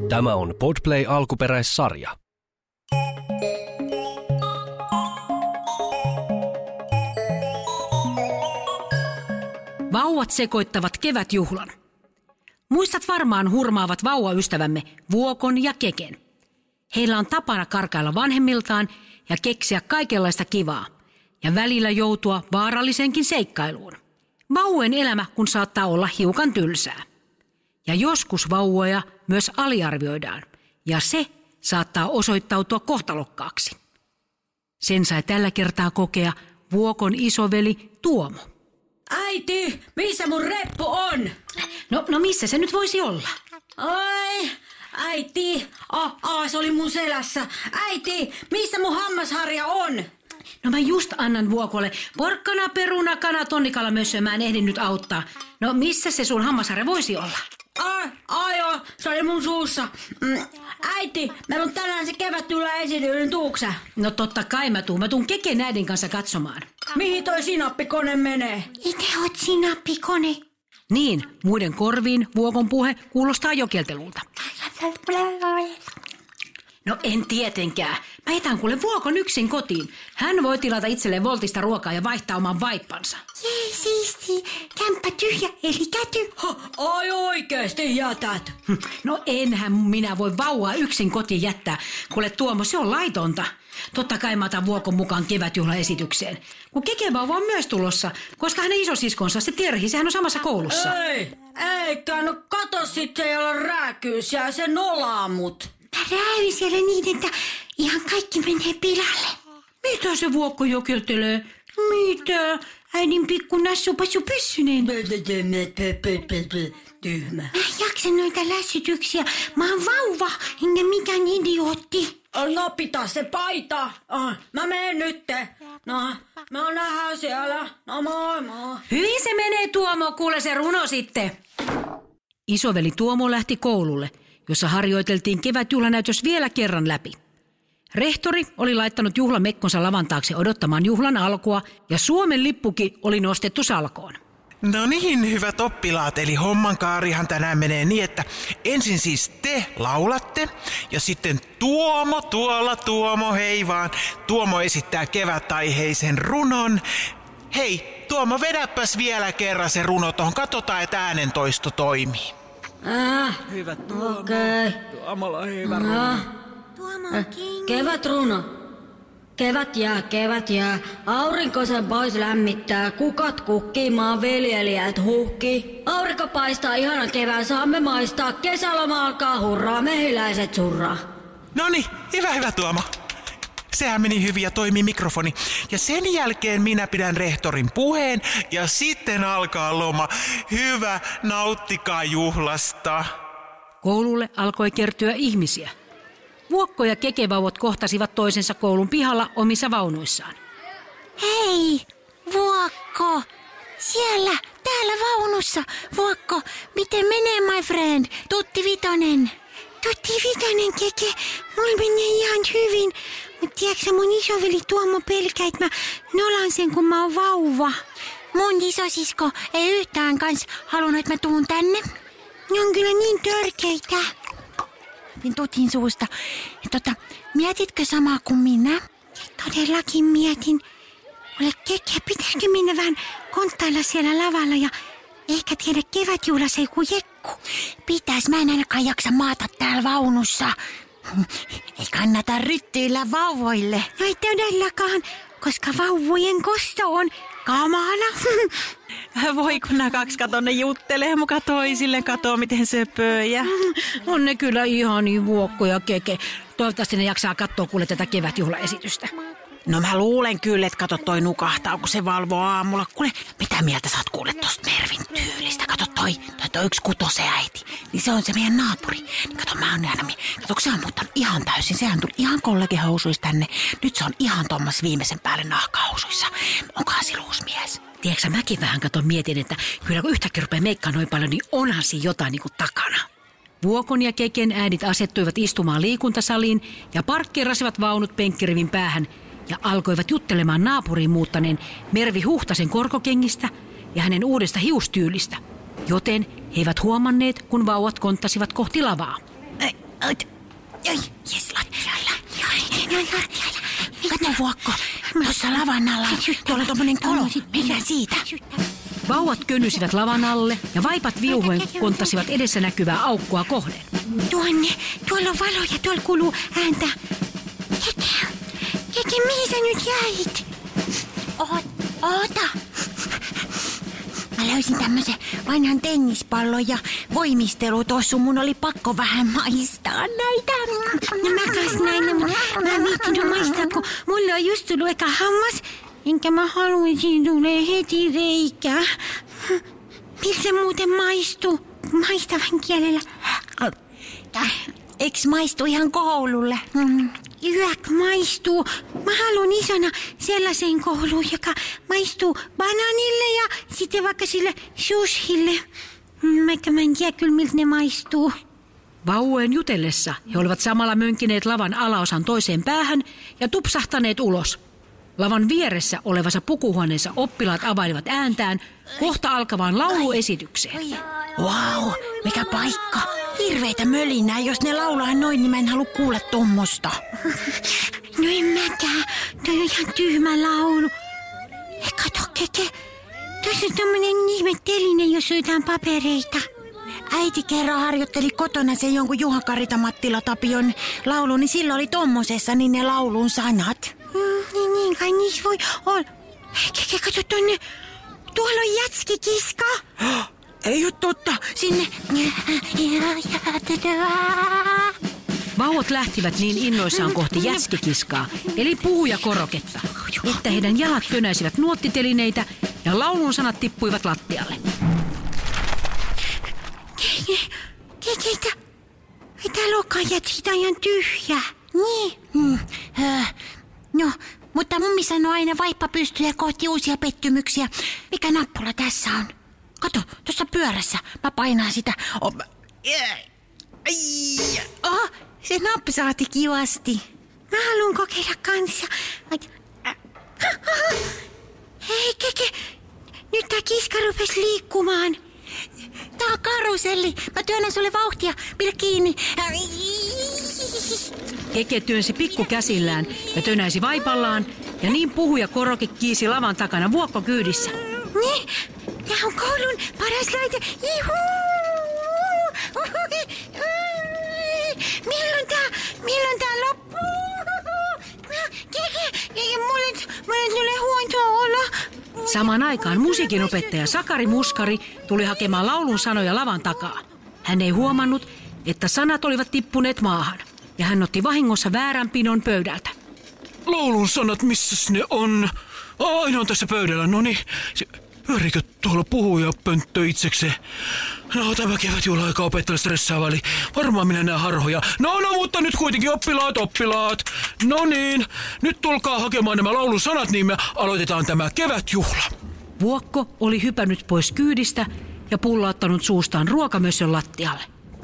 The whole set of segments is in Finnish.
Tämä on Podplay alkuperäissarja. Vauvat sekoittavat kevätjuhlan. Muistat varmaan hurmaavat vauvaystävämme Vuokon ja Keken. Heillä on tapana karkailla vanhemmiltaan ja keksiä kaikenlaista kivaa ja välillä joutua vaarallisenkin seikkailuun. Vauvojen elämä kun saattaa olla hiukan tylsää. Ja joskus vauvoja myös aliarvioidaan ja se saattaa osoittautua kohtalokkaaksi. Sen sai tällä kertaa kokea Vuokon isoveli Tuomo. Äiti, missä mun reppu on? No missä se nyt voisi olla? Ai, äiti, se oli mun selässä. Äiti, missä mun hammasharja on? No mä just annan Vuokolle porkkana, peruna, kana, tonnikala mössöä. Mä en ehdi nyt auttaa. No missä se sun hammasharja voisi olla? Joo, se oli mun suussa. Äiti, meillä on tänään se kevätjuhla esitys, tuuksä? No totta kai mä tuun. Mä tuun Keken äidin kanssa katsomaan. Mihin toi sinappikone menee? Itse oot sinappikone. Niin, muiden korviin Vuokon puhe kuulostaa jokeltelulta. No en tietenkään. Mä jätän kuule Vuokon yksin kotiin. Hän voi tilata itselleen Voltista ruokaa ja vaihtaa oman vaippansa. Jee, siisti. Kämppä tyhjä, eli käty. Ai oikeesti jätät? No enhän minä voi vauvaa yksin kotiin jättää. Kuule Tuomo, se on laitonta. Totta kai mä otan Vuokon mukaan kevätjuhlaesitykseen. Kun Keken vauva on myös tulossa, koska hänen isosiskonsa se Terhi, sehän on samassa koulussa. Eikä, no kato sitten, ei ole rääkyys ja se nolaa mut. Mä räävin siellä niin, että ihan kaikki menee pilalle. Mitä se Vuokko jokeltelee? Mitä? Äidin pikku nassupassu pyssyneen. Tyhmä. Mä en jaksa noita lässytyksiä. Mä oon vauva, enkä mikään idiootti. No pitää se paita. Mä menen nytte. No, mä oon nähdään siellä. No moi. Hyvin se menee Tuomo, kuule se runo sitten. Isoveli Tuomo lähti koululle, jossa harjoiteltiin kevätjuhlanäytös vielä kerran läpi. Rehtori oli laittanut juhlamekkonsa lavan taakse odottamaan juhlan alkua ja Suomen lippukin oli nostettu salkoon. No niin, hyvät oppilaat, eli homman kaarihan tänään menee niin, että ensin siis te laulatte ja sitten Tuomo, hei vaan. Tuomo esittää kevätaiheisen runon. Hei, Tuomo, vedäpäs vielä kerran se runo tohon, katsotaan, että äänentoisto toimii. Hyvä Tuomo. Okei. Tuomolla on hyvä runo. Tuomo on kingi. Kevätruno. Kevät jää. Aurinko sen pois lämmittää. Kukat kukkii, maanviljelijät huhkii. Aurinko paistaa, ihana kevään saamme maistaa. Kesäloma alkaa, hurraa, mehiläiset surraa. Noniin, hyvä Tuomo. Sehän meni hyvin ja toimii mikrofoni. Ja sen jälkeen minä pidän rehtorin puheen ja sitten alkaa loma. Hyvä, nauttikaa juhlasta. Koululle alkoi kertyä ihmisiä. Vuokko ja Keke-vauvot kohtasivat toisensa koulun pihalla omissa vaunuissaan. Hei, Vuokko. Täällä vaunussa. Vuokko, miten menee, my friend? Tutti Vitonen, Keke. Mulla menee ihan hyvin. Mut tiedätkö, mun isoveli Tuomo pelkää, että mä nolan sen, kun mä oon vauva. Mun isosisko ei yhtään kans halunnut, että mä tuun tänne. Ne on kyllä niin törkeitä. Tutin suusta. Mietitkö samaa kuin minä? Todellakin mietin. Ole Keke, pitäisikö minä vähän konttailla siellä lavalla ja ehkä tiedä kevätjuhlassa joku jekku? Pitäis, mä en ainakaan jaksa maata täällä vaunussa. Ei kannata ryttyillä vauvoille. No ei todellakaan, koska vauvojen kosto on kamala. Voi kun nämä kaksi tonne juttelee muka toisille, katoo miten söpöjä. On ne kyllä ihania Vuokko ja Keke. Toivottavasti ne jaksaa katsoa kuule tätä kevätjuhlaesitystä. No mä luulen kyllä, että kato toi nukahtaa, kun se valvoo aamulla. Kuule, mitä mieltä sä oot kuule tosta Mervin tyylistä? Kato toi yksi Kutosen äiti. Niin se on se meidän naapuri. Niin kato, mä oon aina, kato, se on muuttanut ihan täysin. Sehän tuli ihan kollegehousuissa tänne. Nyt se on ihan tommassa viimeisen päälle nahkahousuissa. Onkohan siluusmies? Tiedätkö, mäkin vähän mietin, että kyllä kun yhtäkkiä rupeaa meikkaan noin paljon, niin onhan siinä jotain niin kuin takana. Vuokon ja Keken äidit asettuivat istumaan liikuntasaliin ja parkkeerasivat vaunut penkkirivin päähän ja alkoivat juttelemaan naapuriin muuttaneen Mervi Huhtasen korkokengistä ja hänen uudesta hiustyylistä, joten he eivät huomanneet, kun vauvat konttasivat kohti lavaa. Jes, lattialla. Kato Vuokko, tuossa lavan alla. Tuolla on tommonen kolo. Mennään siitä. Vauvat könnysivät lavan alle ja vaipat viuhuen konttasivat edessä näkyvää aukkoa kohden. Tuolla on valo ja tuolla kuuluu ääntä. Keke, mihin sä nyt jäit? Oota. Mä löysin tämmösen vanhan tennispallon ja voimistelutossun. Mun oli pakko vähän maistaa näitä. No mä kans näin, mä en viittinyt maistaa, kun mulle on just tullut eka hammas. Enkä mä haluaisin tulee heti reikä. Miltä se muuten maistuu? Maistavan kielellä. Eiks maistu ihan koululle? Yök maistuu. Mä haluan isona sellaiseen kouluun, joka maistuu banaanille ja sitten vaikka sille sushille. Mä en tiedä kyllä, miltä ne maistuu. Vauvojen jutellessa he olivat samalla mönkineet lavan alaosan toiseen päähän ja tupsahtaneet ulos. Lavan vieressä olevassa pukuhuoneessa oppilaat availivat ääntään kohta alkavaan lauluesitykseen. Vau, mikä paikka. Hirveitä mölinää, jos ne laulaa noin, niin mä en halua kuulla tommosta. No en mäkään. Toi on ihan tyhmä laulu. Kato, Keke. Tuossa on tommonen ihmeteline, jos on jotain papereita. Äiti kerran harjoitteli kotona sen jonkun Juha-Karita Mattila Tapion laulun, niin silloin oli tommosessa niin ne laulun sanat. Niin kai niissä voi olla. Keke, kato tonne. Tuolla on jätskikiska. Ei oo totta. Sinne. Vauvat lähtivät niin innoissaan kohti jätskikiskaa, eli puhujakoroketta, että heidän jalat könäisivät nuottitelineitä ja laulun sanat tippuivat lattialle. Keke, täällä onkaan jätskitä ihan tyhjä. Niin. No, mutta mummi sanoo aina vaippa pystyy kohti uusia pettymyksiä. Mikä nappula tässä on? Kato, tuossa pyörässä. Mä painaan sitä. Se napsaati kivasti. Mä haluan kokeilla kanssa. Hei, Keke. Nyt tää kiska rupes liikkumaan. Tää on karuselli. Mä työnnän sulle vauhtia. Pidä kiinni. Keke työnsi pikkukäsillään ja tönäisi vaipallaan, ja niin puhujakoroke kiisi lavan takana Vuokko kyydissä. Niin, tää on koulun paras laite. Milloin tää loppuu? Keke, mulle tulee huono olo. Samaan aikaan musiikinopettaja Sakari Muskari tuli hakemaan laulun sanoja lavan takaa. Hän ei huomannut, että sanat olivat tippuneet maahan, ja hän otti vahingossa väärän pinon pöydältä. Laulun sanat, missäs ne on? Ne on tässä pöydällä, noniin. Pyörikö tuolla puhuja pönttö itsekseen? No, tämä kevätjuhla-aika opettajalle stressaava, eli varmaan minä näen harhoja. No, mutta nyt kuitenkin oppilaat. No niin, nyt tulkaa hakemaan nämä laulun sanat, niin me aloitetaan tämä kevätjuhla. Vuokko oli hypännyt pois kyydistä ja pullauttanut suustaan ruokamössön lattialle.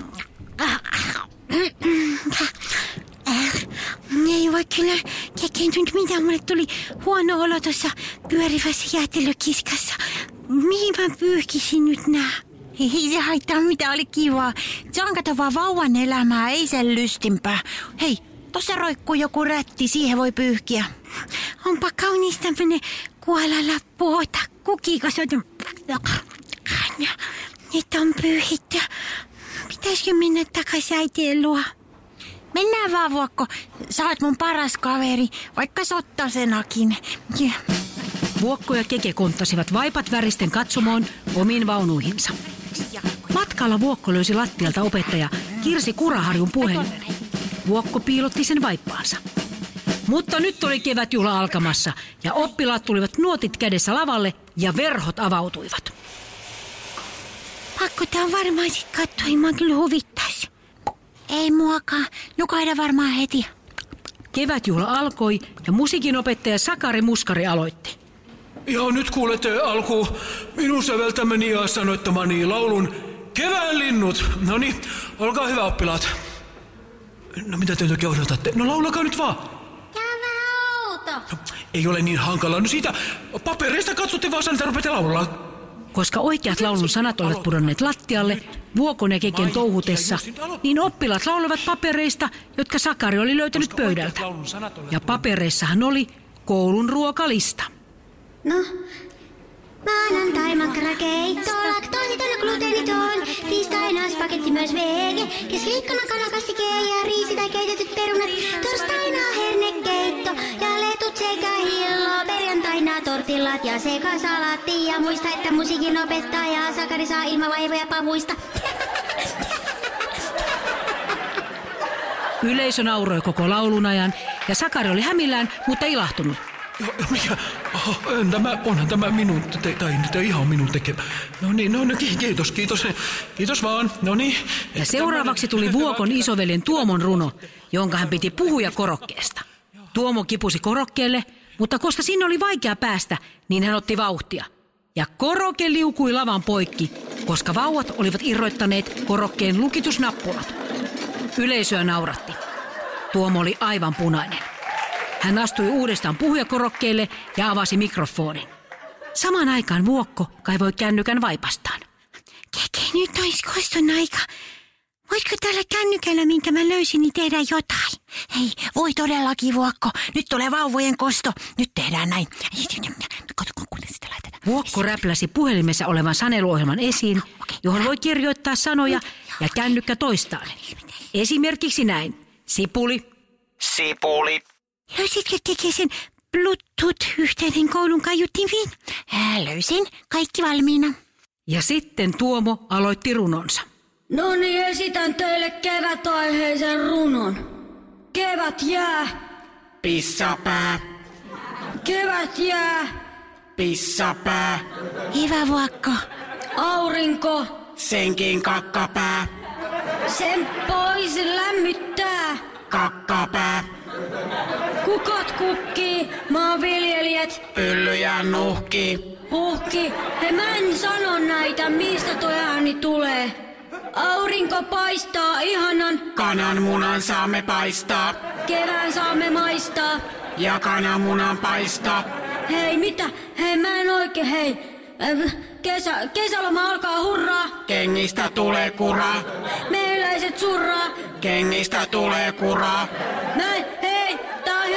Ei voi kyllä kekentynyt mitään. Mulle tuli huono olo tuossa pyörivässä jäätelökiskassa. Mihin mä pyyhkisin nyt nää? Ei se haittaa, mitä oli kivaa. Se on kato vaan vauvan elämää, ei sen lystimpää. Hei, tossa roikkuu joku rätti, siihen voi pyyhkiä. Onpa kaunis tämmönen kuolalappuota. Kukikas on... Nyt on pyyhitty. Pitäisikö mennä takaisin äitien luo? Mennään vaan, Vuokko. Sä oot mun paras kaveri, vaikka sottasenakin. Yeah. Vuokko ja Keke konttasivat vaipat väristen katsomoon omiin vaunuihinsa. Matkalla Vuokko löysi lattialta opettaja Kirsi Kuraharjun puhelimen. Vuokko piilotti sen vaippaansa. Mutta nyt oli kevätjuhla alkamassa ja oppilaat tulivat nuotit kädessä lavalle ja verhot avautuivat. Pakko tää on varmaan sit katsoa, mä kyllä huvittais. Ei muakaan, nukaida varmaan heti. Kevätjuhla alkoi ja musiikinopettaja Sakari Muskari aloitti. Ja nyt kuulette alkuun minun säveltämäni ja sanoittamani laulun Kevään linnut. Noniin, olkaa hyvä oppilaat. No mitä te nyt odotatte? No laulakaa nyt vaan. Tämä auto. No, ei ole niin hankalaa. No siitä papereista katsotte vaan, että rupeatte laulaa. Koska oikeat laulun sanat olivat pudonneet lattialle Vuokon ja Keken touhutessa, niin oppilaat lauloivat papereista, jotka Sakari oli löytänyt pöydältä. Ja papereissahan oli koulun ruokalista. No, maanantai makkarakeitto, laktoositon gluteeniton, tiistaina spagetti myös vege, keskiviikkona kanakastike ja riisi tai keitetyt perunat, torstaina hernekeitto ja letut sekä hillo, perjantaina tortillat ja sekasalaatti ja muista, että musiikin opettaja Sakari saa ilmavaivoja pavuista. Yleisö nauroi koko laulun ajan ja Sakari oli hämillään, mutta ilahtunut. Mikä? Onhan tämä minun, tai ihan minun tekemä. No niin, kiitos vaan, no niin. Ja seuraavaksi tuli Vuokon isoveljen Tuomon runo, jonka hän piti puhujakorokkeesta. Tuomo kipusi korokkeelle, mutta koska sinne oli vaikea päästä, niin hän otti vauhtia. Ja koroke liukui lavan poikki, koska vauvat olivat irroittaneet korokkeen lukitusnappulat. Yleisöä nauratti. Tuomo oli aivan punainen. Hän astui uudestaan puhujakorokkeelle ja avasi mikrofonin. Samaan aikaan Vuokko kaivoi kännykän vaipastaan. Keke, nyt olisi koston aika. Voisiko tällä kännykällä, minkä mä löysin, niin tehdä jotain? Hei, voi todellakin, Vuokko. Nyt tulee vauvojen kosto. Nyt tehdään näin. Kuule, sitä laitetaan. Vuokko räpläsi puhelimessa olevan saneluohjelman esiin, johon voi kirjoittaa sanoja ja kännykkä toistaan. Esimerkiksi näin. Sipuli. Sipuli. Löysitkö Keke sen Bluetooth-yhteyden koulun kaiuttimiin? Löysin. Kaikki valmiina. Ja sitten Tuomo aloitti runonsa. No niin, esitän teille kevätaiheisen runon. Kevät jää. Pissapää. Kevät jää. Pissapää. Hyvä, Vuokko. Aurinko. Senkin kakkapää. Sen pois lämmittää. Kakkapää. Kukat kukkii, maanviljelijät. Pyllyjä nuhkii. Uhki, mä en sano näitä, mistä toi ääni tulee. Aurinko paistaa ihanan. Kananmunan saamme paistaa. Kevään saamme maistaa. Ja kananmunan paistaa. Hei, mitä? Hei, mä en oikein, hei. Kesäloma alkaa, hurraa. Kengistä tulee kuraa. Mehiläiset surraa. Kengistä tulee kuraa. Hei, tää on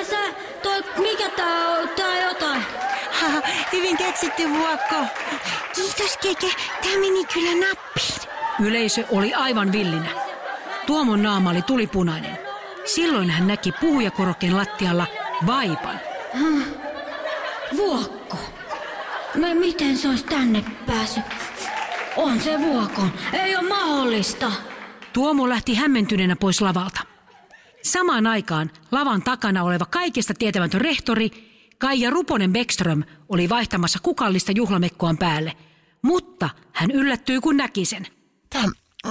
mikä tää on? Tää on jotain. Hyvin keksitty, Vuokko. Kiitos, Keke. Tää meni kyllä nappiin. Yleisö oli aivan villinä. Tuomon naama oli tulipunainen. Silloin hän näki puhujakorokkeen lattialla vaipan. Vuokko. Miten se olisi tänne päässyt? On se Vuokon. Ei ole mahdollista. Tuomo lähti hämmentyneenä pois lavalta. Samaan aikaan lavan takana oleva kaikesta tietämätön rehtori Kaija Ruponen Bäckström oli vaihtamassa kukallista juhlamekkoaan päälle. Mutta hän yllättyi, kun näki sen. Tää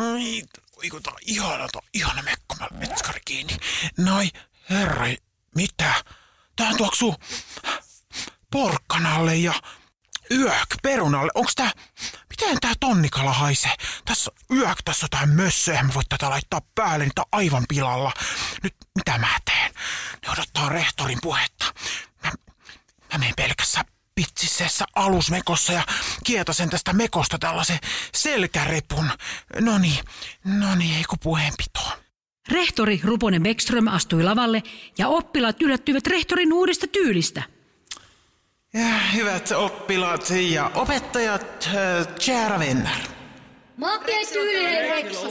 ihana mekko, mä metskari kiinni. Noi, herra, mitä? Tää tuoksuu porkkanalle ja perunalle. Onks tää, miten tää tonnikala haisee? Tässä on jotain mössöä, mä voin tätä laittaa päälle, niin tää on aivan pilalla. Nyt mitä mä teen? Ne odottaa rehtorin puhetta. Mä menen pelkässä pitsisseessä alusmekossa ja kietasen tästä mekosta tällaisen selkärepun. Noniin, eikö puheenpitoon? Rehtori Ruponen Bäckström astui lavalle ja oppilaat yllättyivät rehtorin uudesta tyylistä. Ja hyvät oppilaat ja opettajat, kära vänner. Makea tyyli, Reksu.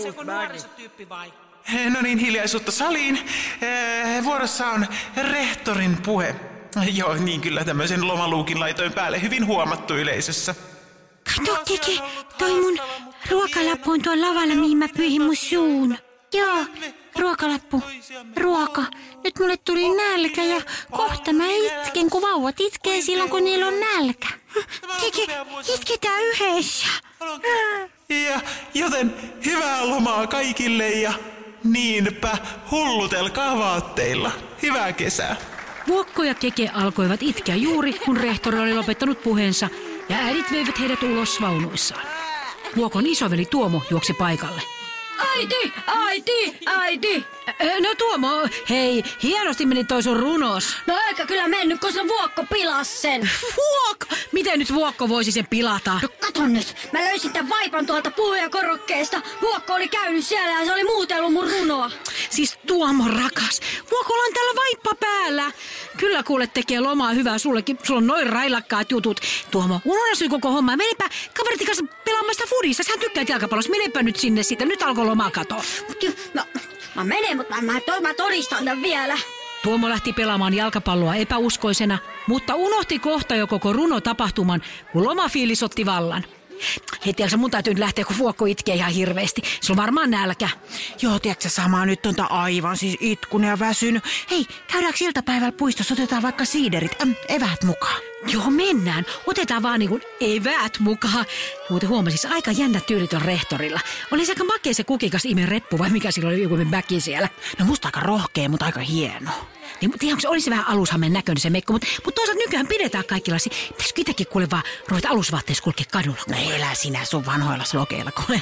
No niin, hiljaisuutta saliin. Vuorossa on rehtorin puhe. Joo, niin kyllä tämmöisen lomaluukin laitoin päälle. Hyvin huomattu yleisössä. Kato, Keke, toi mun ruokalappu on tuolla lavalla, mihin mä pyyhin mun suun. Joo, ruokalappu. Ruoka. Nyt mulle tuli nälkä ja kohta mä itken, kun vauvat itkee silloin, kun niillä on nälkä. Keke, itketään yhdessä. Ja joten hyvää lomaa kaikille ja niinpä hullutelkaa vaatteilla. Hyvää kesää. Vuokko ja Keke alkoivat itkeä juuri, kun rehtori oli lopettanut puheensa ja äidit veivät heidät ulos vaunuissaan. Vuokon isoveli Tuomo juoksi paikalle. Ai Äiti! No Tuomo, hei, hienosti meni toi sun runos. No eikä kyllä mennyt, kun se Vuokko pilas sen. Vuokko? Miten nyt Vuokko voisi sen pilata? No kato nyt, mä löysin tämän vaipan tuolta puhujakorokkeesta. Vuokko oli käynyt siellä ja se oli muutellut mun runoa. Siis Tuomo rakas, Vuokolla on täällä vaippa päällä. Kyllä kuule tekee lomaa hyvää sullekin, sulla on noin railakkaat jutut. Tuomo, unohda koko homma. Menepä kaverit kanssa pelaamaan sitä fudissa. Sähän tykkäät jalkapallossa, menepä nyt sinne siitä. Nyt alkoi lomaa katoa. No, mä menen, mutta mä todistan tämän vielä. Tuomo lähti pelaamaan jalkapalloa epäuskoisena, mutta unohti kohta jo koko runotapahtuman, kun lomafiilis otti vallan. Hei, tiedätkö, mun täytyy nyt lähteä, kun Vuokko itkee ihan hirveästi. Se on varmaan nälkä. Joo, tiedätkö samaa nyt on aivan siis itkunen ja väsynyt. Hei, käydäänkö iltapäivällä puistossa, otetaan vaikka siiderit, eväät mukaan. Joo, mennään. Otetaan vaan niin kuin eväät mukaan. Muuten huomasis, aika jännä tyylit on rehtorilla. Oli se aika makea se kukikas imen reppu vai mikä sillä oli joku bäki siellä. No musta aika rohkea, mutta aika hieno. Niin, tiedätkö, oli se vähän alushammen näköinen se mekko, mutta toisaalta nykyään pidetään kaikenlaisia. Pitäisikö itsekin kuule vaan ruveta alusvaatteessa kulkea kadulla? No elä sinä sun vanhoilla slogeilla kuule.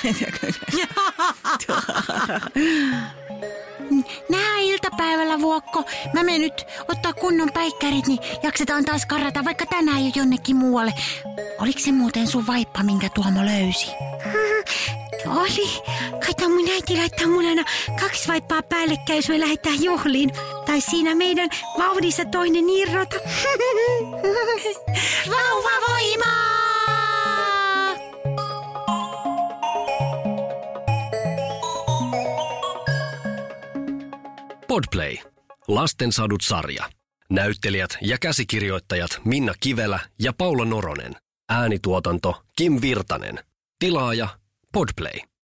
Nää iltapäivällä, Vuokko. Mä menen nyt ottaa kunnon päikkärit, niin jaksetaan taas karata vaikka tänään jo jonnekin muualle. Oliko se muuten sun vaippa, minkä Tuomo löysi? Oli. Kato, mun äiti laittaa mun aina 2 vaippaa päällekkäin, jos me lähdetään juhliin. Tai siinä meidän vauhdissa toinen irrota. Vauvavoimaa! Podplay. Lastensadut-sarja. Näyttelijät ja käsikirjoittajat Minna Kivelä ja Paula Noronen. Äänituotanto Kim Virtanen. Tilaaja Podplay.